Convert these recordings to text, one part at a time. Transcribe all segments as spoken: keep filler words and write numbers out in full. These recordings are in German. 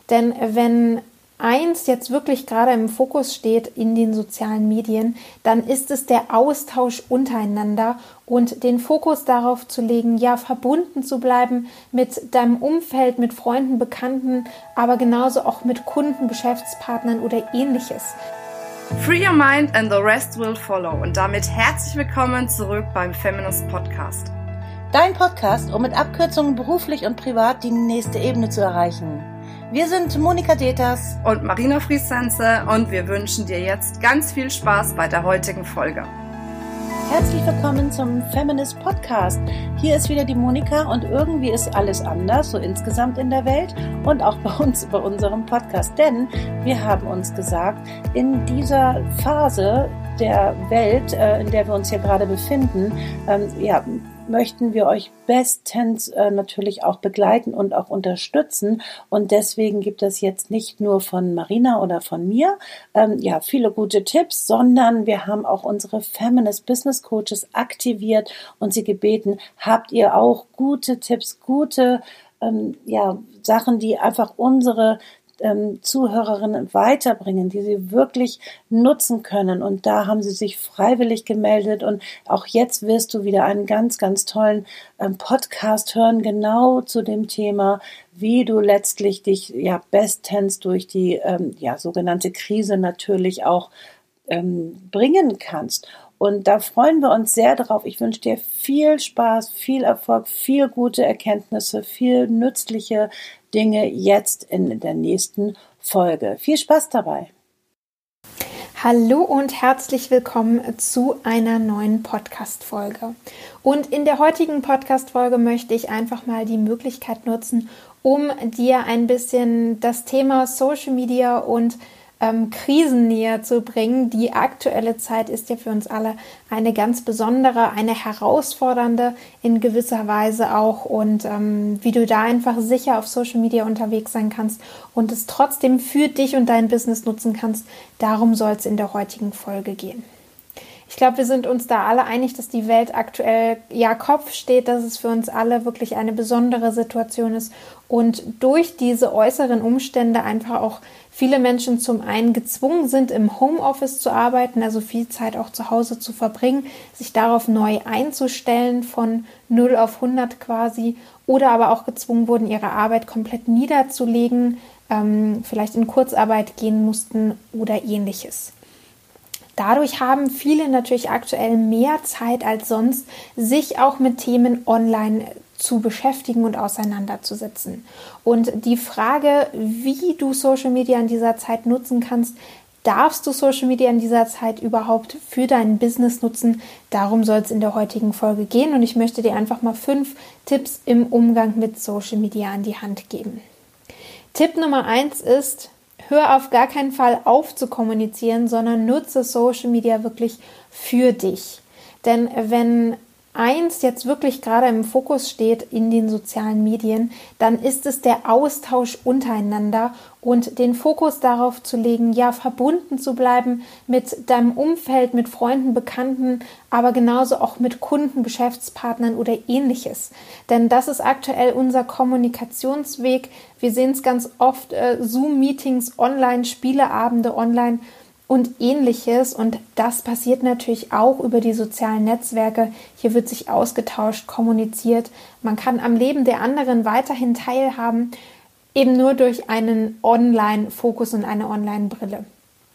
Denn wenn eins jetzt wirklich gerade im Fokus steht in den sozialen Medien, dann ist es der Austausch untereinander und den Fokus darauf zu legen, ja, verbunden zu bleiben mit deinem Umfeld, mit Freunden, Bekannten, aber genauso auch mit Kunden, Geschäftspartnern oder ähnliches. Free your mind and the rest will follow. Und damit herzlich willkommen zurück beim Feminist Podcast. Dein Podcast, um mit Abkürzungen beruflich und privat die nächste Ebene zu erreichen. Wir sind Monika Deters und Marina Friesense und wir wünschen dir jetzt ganz viel Spaß bei der heutigen Folge. Herzlich willkommen zum Feminist Podcast. Hier ist wieder die Monika und irgendwie ist alles anders, so insgesamt in der Welt und auch bei uns bei unserem Podcast. Denn wir haben uns gesagt, in dieser Phase der Welt, in der wir uns hier gerade befinden, ja, möchten wir euch bestens äh, natürlich auch begleiten und auch unterstützen. Und deswegen gibt es jetzt nicht nur von Marina oder von mir ähm, ja viele gute Tipps, sondern wir haben auch unsere Feminist Business Coaches aktiviert und sie gebeten, habt ihr auch gute Tipps, gute ähm, ja Sachen, die einfach unsere Ähm, Zuhörerinnen weiterbringen, die sie wirklich nutzen können. Und da haben sie sich freiwillig gemeldet. Und auch jetzt wirst du wieder einen ganz, ganz tollen ähm, Podcast hören, genau zu dem Thema, wie du letztlich dich ja bestens durch die ähm, ja sogenannte Krise natürlich auch ähm, bringen kannst. Und da freuen wir uns sehr drauf. Ich wünsche dir viel Spaß, viel Erfolg, viel gute Erkenntnisse, viel nützliche Dinge jetzt in der nächsten Folge. Viel Spaß dabei. Hallo und herzlich willkommen zu einer neuen Podcast-Folge. Und in der heutigen Podcast-Folge möchte ich einfach mal die Möglichkeit nutzen, um dir ein bisschen das Thema Social Media und Ähm, Krisen näher zu bringen. Die aktuelle Zeit ist ja für uns alle eine ganz besondere, eine herausfordernde in gewisser Weise auch und ähm, wie du da einfach sicher auf Social Media unterwegs sein kannst und es trotzdem für dich und dein Business nutzen kannst, darum soll es in der heutigen Folge gehen. Ich glaube, wir sind uns da alle einig, dass die Welt aktuell ja Kopf steht, dass es für uns alle wirklich eine besondere Situation ist und durch diese äußeren Umstände einfach auch viele Menschen zum einen gezwungen sind, im Homeoffice zu arbeiten, also viel Zeit auch zu Hause zu verbringen, sich darauf neu einzustellen, von null auf hundert quasi, oder aber auch gezwungen wurden, ihre Arbeit komplett niederzulegen, ähm, vielleicht in Kurzarbeit gehen mussten oder ähnliches. Dadurch haben viele natürlich aktuell mehr Zeit als sonst, sich auch mit Themen online zu beschäftigen und auseinanderzusetzen. Und die Frage, wie du Social Media in dieser Zeit nutzen kannst, darfst du Social Media in dieser Zeit überhaupt für dein Business nutzen? Darum soll es in der heutigen Folge gehen und ich möchte dir einfach mal fünf Tipps im Umgang mit Social Media an die Hand geben. Tipp Nummer eins ist, hör auf gar keinen Fall auf zu kommunizieren, sondern nutze Social Media wirklich für dich. Denn wenn eins jetzt wirklich gerade im Fokus steht in den sozialen Medien, dann ist es der Austausch untereinander und den Fokus darauf zu legen, ja, verbunden zu bleiben mit deinem Umfeld, mit Freunden, Bekannten, aber genauso auch mit Kunden, Geschäftspartnern oder ähnliches. Denn das ist aktuell unser Kommunikationsweg. Wir sehen es ganz oft, äh, Zoom-Meetings online, Spieleabende online und ähnliches. Und das passiert natürlich auch über die sozialen Netzwerke. Hier wird sich ausgetauscht, kommuniziert. Man kann am Leben der anderen weiterhin teilhaben, eben nur durch einen Online-Fokus und eine Online-Brille.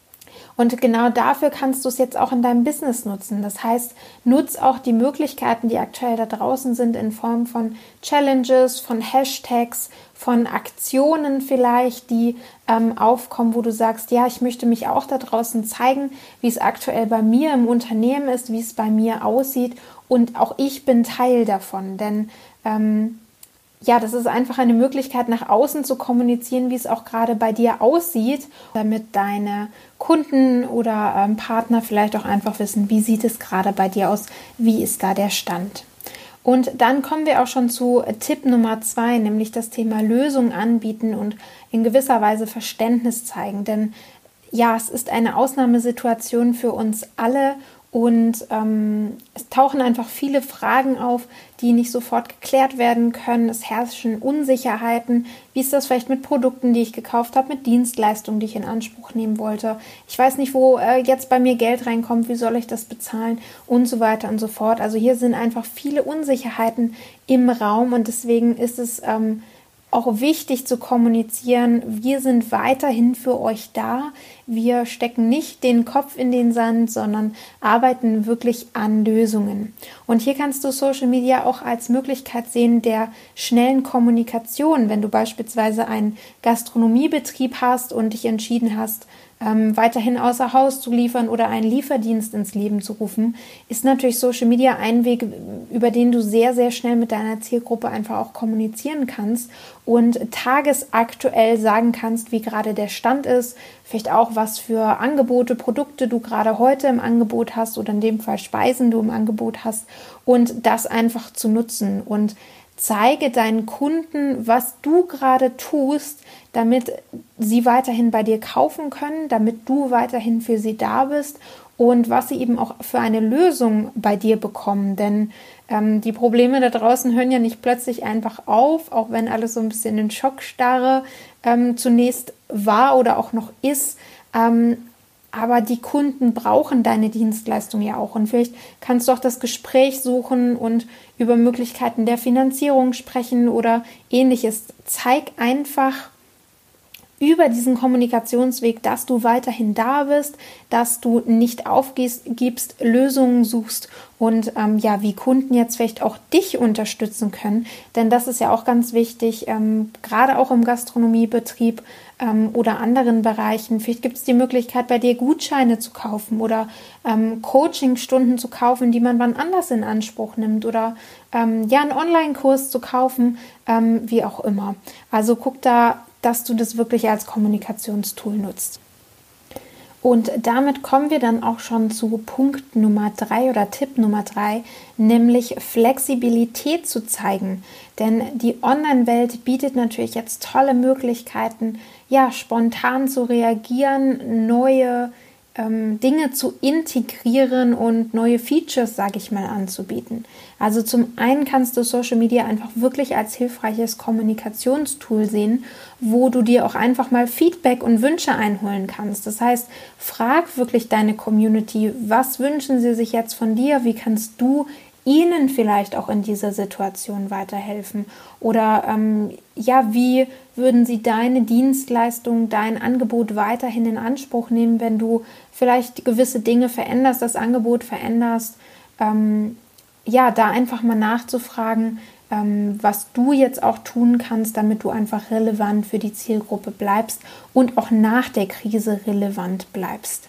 Und genau dafür kannst du es jetzt auch in deinem Business nutzen. Das heißt, nutz auch die Möglichkeiten, die aktuell da draußen sind, in Form von Challenges, von Hashtags, von Aktionen vielleicht, die ähm, aufkommen, wo du sagst, ja, ich möchte mich auch da draußen zeigen, wie es aktuell bei mir im Unternehmen ist, wie es bei mir aussieht und auch ich bin Teil davon, denn ähm, ja, das ist einfach eine Möglichkeit, nach außen zu kommunizieren, wie es auch gerade bei dir aussieht, damit deine Kunden oder ähm, Partner vielleicht auch einfach wissen, wie sieht es gerade bei dir aus, wie ist da der Stand. Und dann kommen wir auch schon zu Tipp Nummer zwei, nämlich das Thema Lösung anbieten und in gewisser Weise Verständnis zeigen. Denn ja, es ist eine Ausnahmesituation für uns alle und ähm, es tauchen einfach viele Fragen auf, die nicht sofort geklärt werden können. Es herrschen Unsicherheiten. Wie ist das vielleicht mit Produkten, die ich gekauft habe, mit Dienstleistungen, die ich in Anspruch nehmen wollte? Ich weiß nicht, wo äh, jetzt bei mir Geld reinkommt, wie soll ich das bezahlen und so weiter und so fort. Also hier sind einfach viele Unsicherheiten im Raum und deswegen ist es ähm, auch wichtig zu kommunizieren, wir sind weiterhin für euch da. Wir stecken nicht den Kopf in den Sand, sondern arbeiten wirklich an Lösungen. Und hier kannst du Social Media auch als Möglichkeit sehen der schnellen Kommunikation. Wenn du beispielsweise einen Gastronomiebetrieb hast und dich entschieden hast, ähm, weiterhin außer Haus zu liefern oder einen Lieferdienst ins Leben zu rufen, ist natürlich Social Media ein Weg, über den du sehr, sehr schnell mit deiner Zielgruppe einfach auch kommunizieren kannst und tagesaktuell sagen kannst, wie gerade der Stand ist, vielleicht auch, was für Angebote, Produkte du gerade heute im Angebot hast oder in dem Fall Speisen du im Angebot hast und das einfach zu nutzen und zeige deinen Kunden, was du gerade tust, damit sie weiterhin bei dir kaufen können, damit du weiterhin für sie da bist und was sie eben auch für eine Lösung bei dir bekommen. Denn ähm, die Probleme da draußen hören ja nicht plötzlich einfach auf, auch wenn alles so ein bisschen in Schockstarre ähm, zunächst war oder auch noch ist. Ähm, aber die Kunden brauchen deine Dienstleistung ja auch. Und vielleicht kannst du auch das Gespräch suchen und über Möglichkeiten der Finanzierung sprechen oder ähnliches. Zeig einfach über diesen Kommunikationsweg, dass du weiterhin da bist, dass du nicht aufgibst, Lösungen suchst und ähm, ja, wie Kunden jetzt vielleicht auch dich unterstützen können, denn das ist ja auch ganz wichtig, ähm, gerade auch im Gastronomiebetrieb ähm, oder anderen Bereichen. Vielleicht gibt es die Möglichkeit, bei dir Gutscheine zu kaufen oder ähm, Coachingstunden zu kaufen, die man wann anders in Anspruch nimmt oder ähm, ja, einen Online-Kurs zu kaufen, ähm, wie auch immer. Also guck da, dass du das wirklich als Kommunikationstool nutzt. Und damit kommen wir dann auch schon zu Punkt Nummer drei oder Tipp Nummer drei, nämlich Flexibilität zu zeigen. Denn die Online-Welt bietet natürlich jetzt tolle Möglichkeiten, ja, spontan zu reagieren, neue ähm, Dinge zu integrieren und neue Features, sage ich mal, anzubieten. Also zum einen kannst du Social Media einfach wirklich als hilfreiches Kommunikationstool sehen, wo du dir auch einfach mal Feedback und Wünsche einholen kannst. Das heißt, frag wirklich deine Community, was wünschen sie sich jetzt von dir? Wie kannst du ihnen vielleicht auch in dieser Situation weiterhelfen? Oder ähm, ja, wie würden sie deine Dienstleistung, dein Angebot weiterhin in Anspruch nehmen, wenn du vielleicht gewisse Dinge veränderst, das Angebot veränderst? Ähm, ja, da einfach mal nachzufragen, ähm, was du jetzt auch tun kannst, damit du einfach relevant für die Zielgruppe bleibst und auch nach der Krise relevant bleibst.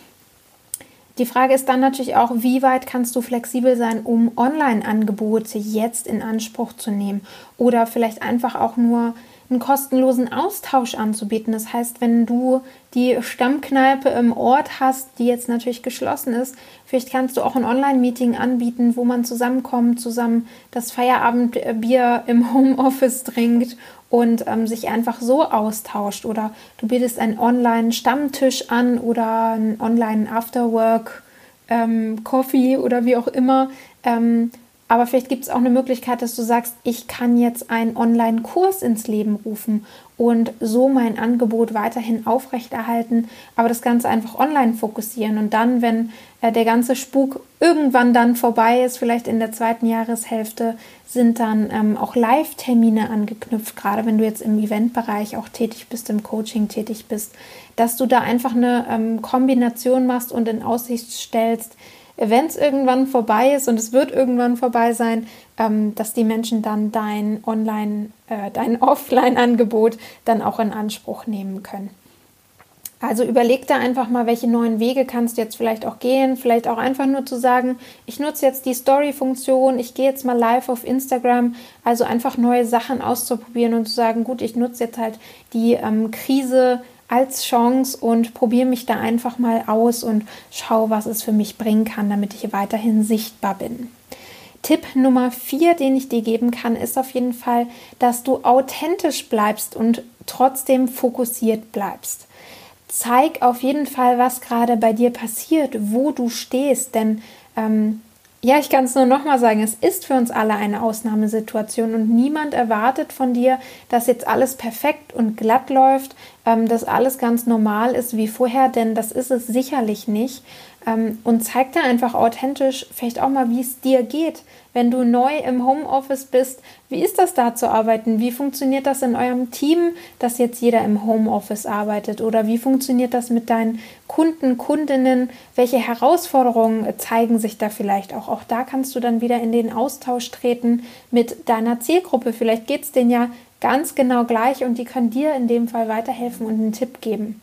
Die Frage ist dann natürlich auch, wie weit kannst du flexibel sein, um Online-Angebote jetzt in Anspruch zu nehmen oder vielleicht einfach auch nur einen kostenlosen Austausch anzubieten. Das heißt, wenn du die Stammkneipe im Ort hast, die jetzt natürlich geschlossen ist, vielleicht kannst du auch ein Online-Meeting anbieten, wo man zusammenkommt, zusammen das Feierabendbier im Homeoffice trinkt und ähm, sich einfach so austauscht. Oder du bietest einen Online-Stammtisch an oder einen Online-Afterwork-Coffee ähm, oder wie auch immer. Ähm, Aber vielleicht gibt es auch eine Möglichkeit, dass du sagst, ich kann jetzt einen Online-Kurs ins Leben rufen und so mein Angebot weiterhin aufrechterhalten, aber das Ganze einfach online fokussieren. Und dann, wenn äh, der ganze Spuk irgendwann dann vorbei ist, vielleicht in der zweiten Jahreshälfte, sind dann ähm, auch Live-Termine angeknüpft, gerade wenn du jetzt im Eventbereich auch tätig bist, im Coaching tätig bist, dass du da einfach eine ähm, Kombination machst und in Aussicht stellst, wenn es irgendwann vorbei ist und es wird irgendwann vorbei sein, ähm, dass die Menschen dann dein Online, äh, dein Offline-Angebot dann auch in Anspruch nehmen können. Also überleg da einfach mal, welche neuen Wege kannst du jetzt vielleicht auch gehen, vielleicht auch einfach nur zu sagen, ich nutze jetzt die Story-Funktion, ich gehe jetzt mal live auf Instagram, also einfach neue Sachen auszuprobieren und zu sagen, gut, ich nutze jetzt halt die ähm, Krise als Chance und probiere mich da einfach mal aus und schaue, was es für mich bringen kann, damit ich weiterhin sichtbar bin. Tipp Nummer vier, den ich dir geben kann, ist auf jeden Fall, dass du authentisch bleibst und trotzdem fokussiert bleibst. zeig auf jeden Fall, was gerade bei dir passiert, wo du stehst, denn ähm, ja, ich kann es nur nochmal sagen, es ist für uns alle eine Ausnahmesituation und niemand erwartet von dir, dass jetzt alles perfekt und glatt läuft, ähm, dass alles ganz normal ist wie vorher, denn das ist es sicherlich nicht. Ähm, und zeig dir einfach authentisch vielleicht auch mal, wie es dir geht, wenn du neu im Homeoffice bist. Wie ist das da zu arbeiten? Wie funktioniert das in eurem Team, dass jetzt jeder im Homeoffice arbeitet? Oder wie funktioniert das mit deinen Kunden, Kundinnen? Welche Herausforderungen zeigen sich da vielleicht auch? Auch da kannst du dann wieder in den Austausch treten mit deiner Zielgruppe. Vielleicht geht es denen ja ganz genau gleich und die können dir in dem Fall weiterhelfen und einen Tipp geben.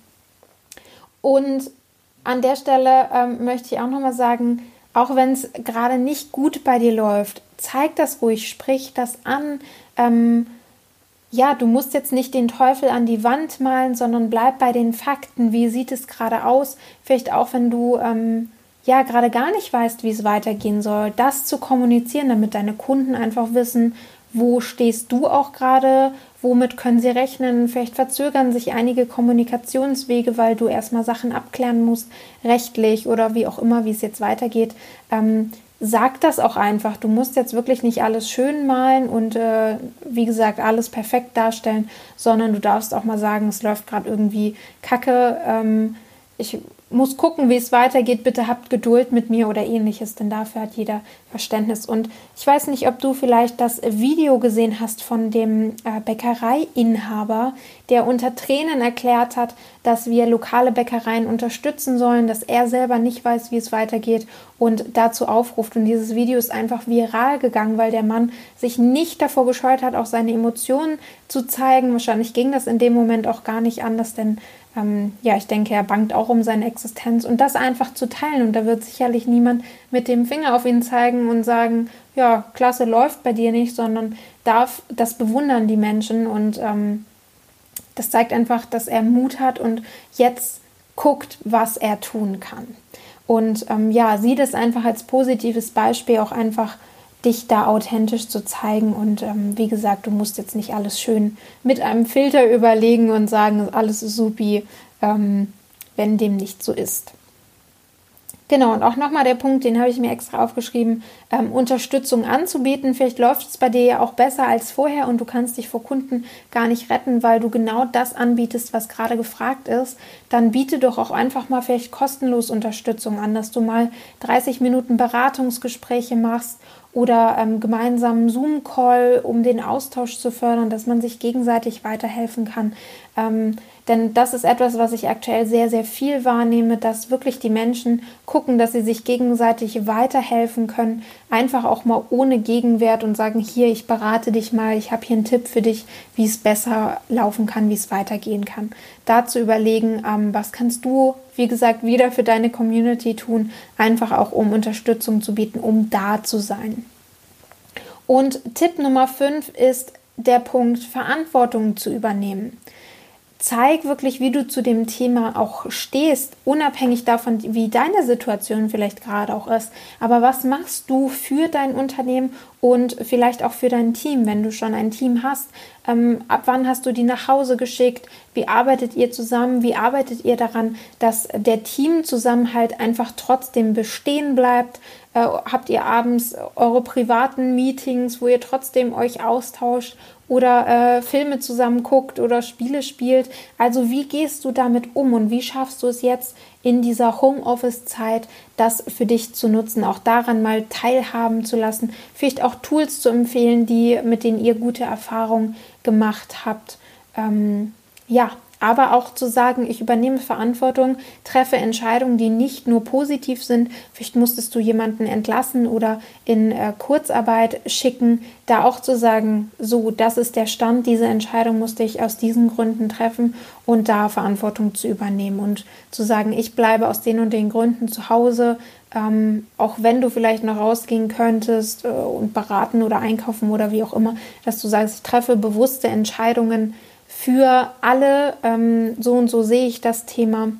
Und an der Stelle ähm, möchte ich auch nochmal sagen, auch wenn es gerade nicht gut bei dir läuft, zeig das ruhig, sprich das an. Ähm, ja, du musst jetzt nicht den Teufel an die Wand malen, sondern bleib bei den Fakten. Wie sieht es gerade aus? Vielleicht auch, wenn du ähm, ja gerade gar nicht weißt, wie es weitergehen soll, das zu kommunizieren, damit deine Kunden einfach wissen, wo stehst du auch gerade, womit können sie rechnen. Vielleicht verzögern sich einige Kommunikationswege, weil du erstmal Sachen abklären musst, rechtlich oder wie auch immer, wie es jetzt weitergeht. Ähm, sag das auch einfach. Du musst jetzt wirklich nicht alles schön malen und äh, wie gesagt, alles perfekt darstellen, sondern du darfst auch mal sagen, es läuft gerade irgendwie kacke. Ähm, ich muss gucken, wie es weitergeht, bitte habt Geduld mit mir oder ähnliches, denn dafür hat jeder Verständnis. Und ich weiß nicht, ob du vielleicht das Video gesehen hast von dem äh, Bäckereiinhaber, der unter Tränen erklärt hat, dass wir lokale Bäckereien unterstützen sollen, dass er selber nicht weiß, wie es weitergeht und dazu aufruft. Und dieses Video ist einfach viral gegangen, weil der Mann sich nicht davor gescheut hat, auch seine Emotionen zu zeigen. Wahrscheinlich ging das in dem Moment auch gar nicht anders, denn Ähm, ja, ich denke, er bangt auch um seine Existenz und das einfach zu teilen und da wird sicherlich niemand mit dem Finger auf ihn zeigen und sagen, ja, klasse, läuft bei dir nicht, sondern darf das bewundern die Menschen und ähm, das zeigt einfach, dass er Mut hat und jetzt guckt, was er tun kann. Und ähm, ja, sieh das einfach als positives Beispiel, auch einfach dich da authentisch zu zeigen und ähm, wie gesagt, du musst jetzt nicht alles schön mit einem Filter überlegen und sagen, alles ist supi, ähm, wenn dem nicht so ist. Genau, und auch nochmal der Punkt, den habe ich mir extra aufgeschrieben, ähm, Unterstützung anzubieten. Vielleicht läuft es bei dir ja auch besser als vorher und du kannst dich vor Kunden gar nicht retten, weil du genau das anbietest, was gerade gefragt ist. Dann biete doch auch einfach mal vielleicht kostenlos Unterstützung an, dass du mal dreißig Minuten Beratungsgespräche machst oder ähm, gemeinsamen Zoom-Call, um den Austausch zu fördern, dass man sich gegenseitig weiterhelfen kann. Ähm, denn das ist etwas, was ich aktuell sehr, sehr viel wahrnehme, dass wirklich die Menschen gucken, dass sie sich gegenseitig weiterhelfen können, einfach auch mal ohne Gegenwert und sagen, hier, ich berate dich mal, ich habe hier einen Tipp für dich, wie es besser laufen kann, wie es weitergehen kann. Dazu überlegen, ähm, was kannst du, wie gesagt, wieder für deine Community tun, einfach auch um Unterstützung zu bieten, um da zu sein. Und Tipp Nummer fünf ist der Punkt, Verantwortung zu übernehmen. Zeig wirklich, wie du zu dem Thema auch stehst, unabhängig davon, wie deine Situation vielleicht gerade auch ist. Aber was machst du für dein Unternehmen und vielleicht auch für dein Team, wenn du schon ein Team hast? Ähm, ab wann hast du die nach Hause geschickt? Wie arbeitet ihr zusammen? Wie arbeitet ihr daran, dass der Teamzusammenhalt einfach trotzdem bestehen bleibt? Äh, habt ihr abends eure privaten Meetings, wo ihr trotzdem euch austauscht? Oder äh, Filme zusammen guckt oder Spiele spielt. Also wie gehst du damit um und wie schaffst du es jetzt in dieser Homeoffice-Zeit, das für dich zu nutzen, auch daran mal teilhaben zu lassen, vielleicht auch Tools zu empfehlen, die, mit denen ihr gute Erfahrungen gemacht habt. Ähm, ja, aber auch zu sagen, ich übernehme Verantwortung, treffe Entscheidungen, die nicht nur positiv sind. Vielleicht musstest du jemanden entlassen oder in äh, Kurzarbeit schicken. Da auch zu sagen, so, das ist der Stand, diese Entscheidung musste ich aus diesen Gründen treffen und da Verantwortung zu übernehmen und zu sagen, ich bleibe aus den und den Gründen zu Hause, ähm, auch wenn du vielleicht noch rausgehen könntest äh, und beraten oder einkaufen oder wie auch immer, dass du sagst, ich treffe bewusste Entscheidungen für alle, ähm, so und so sehe ich das Thema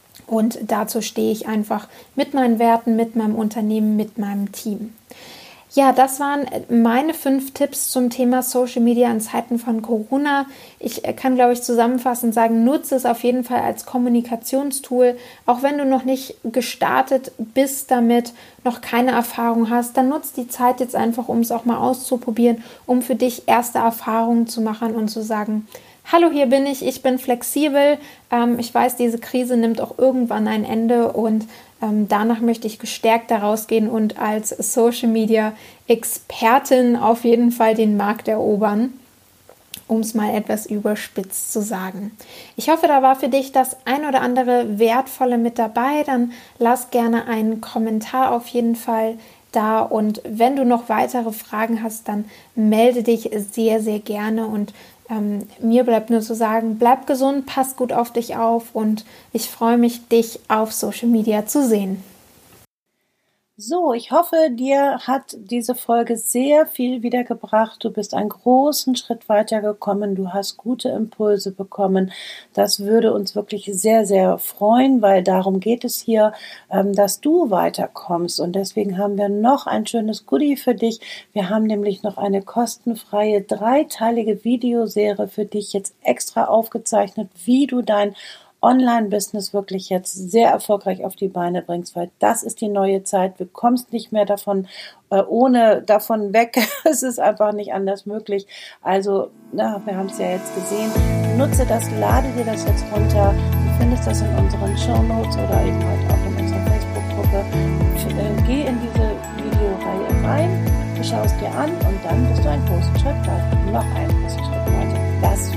und dazu stehe ich einfach mit meinen Werten, mit meinem Unternehmen, mit meinem Team. Ja, das waren meine fünf Tipps zum Thema Social Media in Zeiten von Corona. Ich kann, glaube ich, zusammenfassend sagen, nutze es auf jeden Fall als Kommunikationstool. Auch wenn du noch nicht gestartet bist damit, noch keine Erfahrung hast, dann nutze die Zeit jetzt einfach, um es auch mal auszuprobieren, um für dich erste Erfahrungen zu machen und zu sagen, hallo, hier bin ich, ich bin flexibel. Ähm, ich weiß, diese Krise nimmt auch irgendwann ein Ende und ähm, danach möchte ich gestärkt daraus gehen und als Social Media Expertin auf jeden Fall den Markt erobern, um es mal etwas überspitzt zu sagen. Ich hoffe, da war für dich das ein oder andere Wertvolle mit dabei. Dann lass gerne einen Kommentar auf jeden Fall da und wenn du noch weitere Fragen hast, dann melde dich sehr, sehr gerne und Ähm, mir bleibt nur zu sagen, bleib gesund, pass gut auf dich auf und ich freue mich, dich auf Social Media zu sehen. So, ich hoffe, dir hat diese Folge sehr viel wiedergebracht. Du bist einen großen Schritt weitergekommen. Du hast gute Impulse bekommen. Das würde uns wirklich sehr, sehr freuen, weil darum geht es hier, dass du weiterkommst. Und deswegen haben wir noch ein schönes Goodie für dich. Wir haben nämlich noch eine kostenfreie dreiteilige Videoserie für dich jetzt extra aufgezeichnet, wie du dein Online-Business wirklich jetzt sehr erfolgreich auf die Beine bringst, weil das ist die neue Zeit. Du kommst nicht mehr davon, äh, ohne davon weg. Es ist einfach nicht anders möglich. Also, na, wir haben es ja jetzt gesehen. Nutze das, lade dir das jetzt runter. Du findest das in unseren Shownotes oder eben halt auch in unserer Facebook-Gruppe. Äh, geh in diese Videoreihe rein, du schaust dir an und dann bist du einen großen Schritt weiter. Noch einen großen Schritt weiter. Das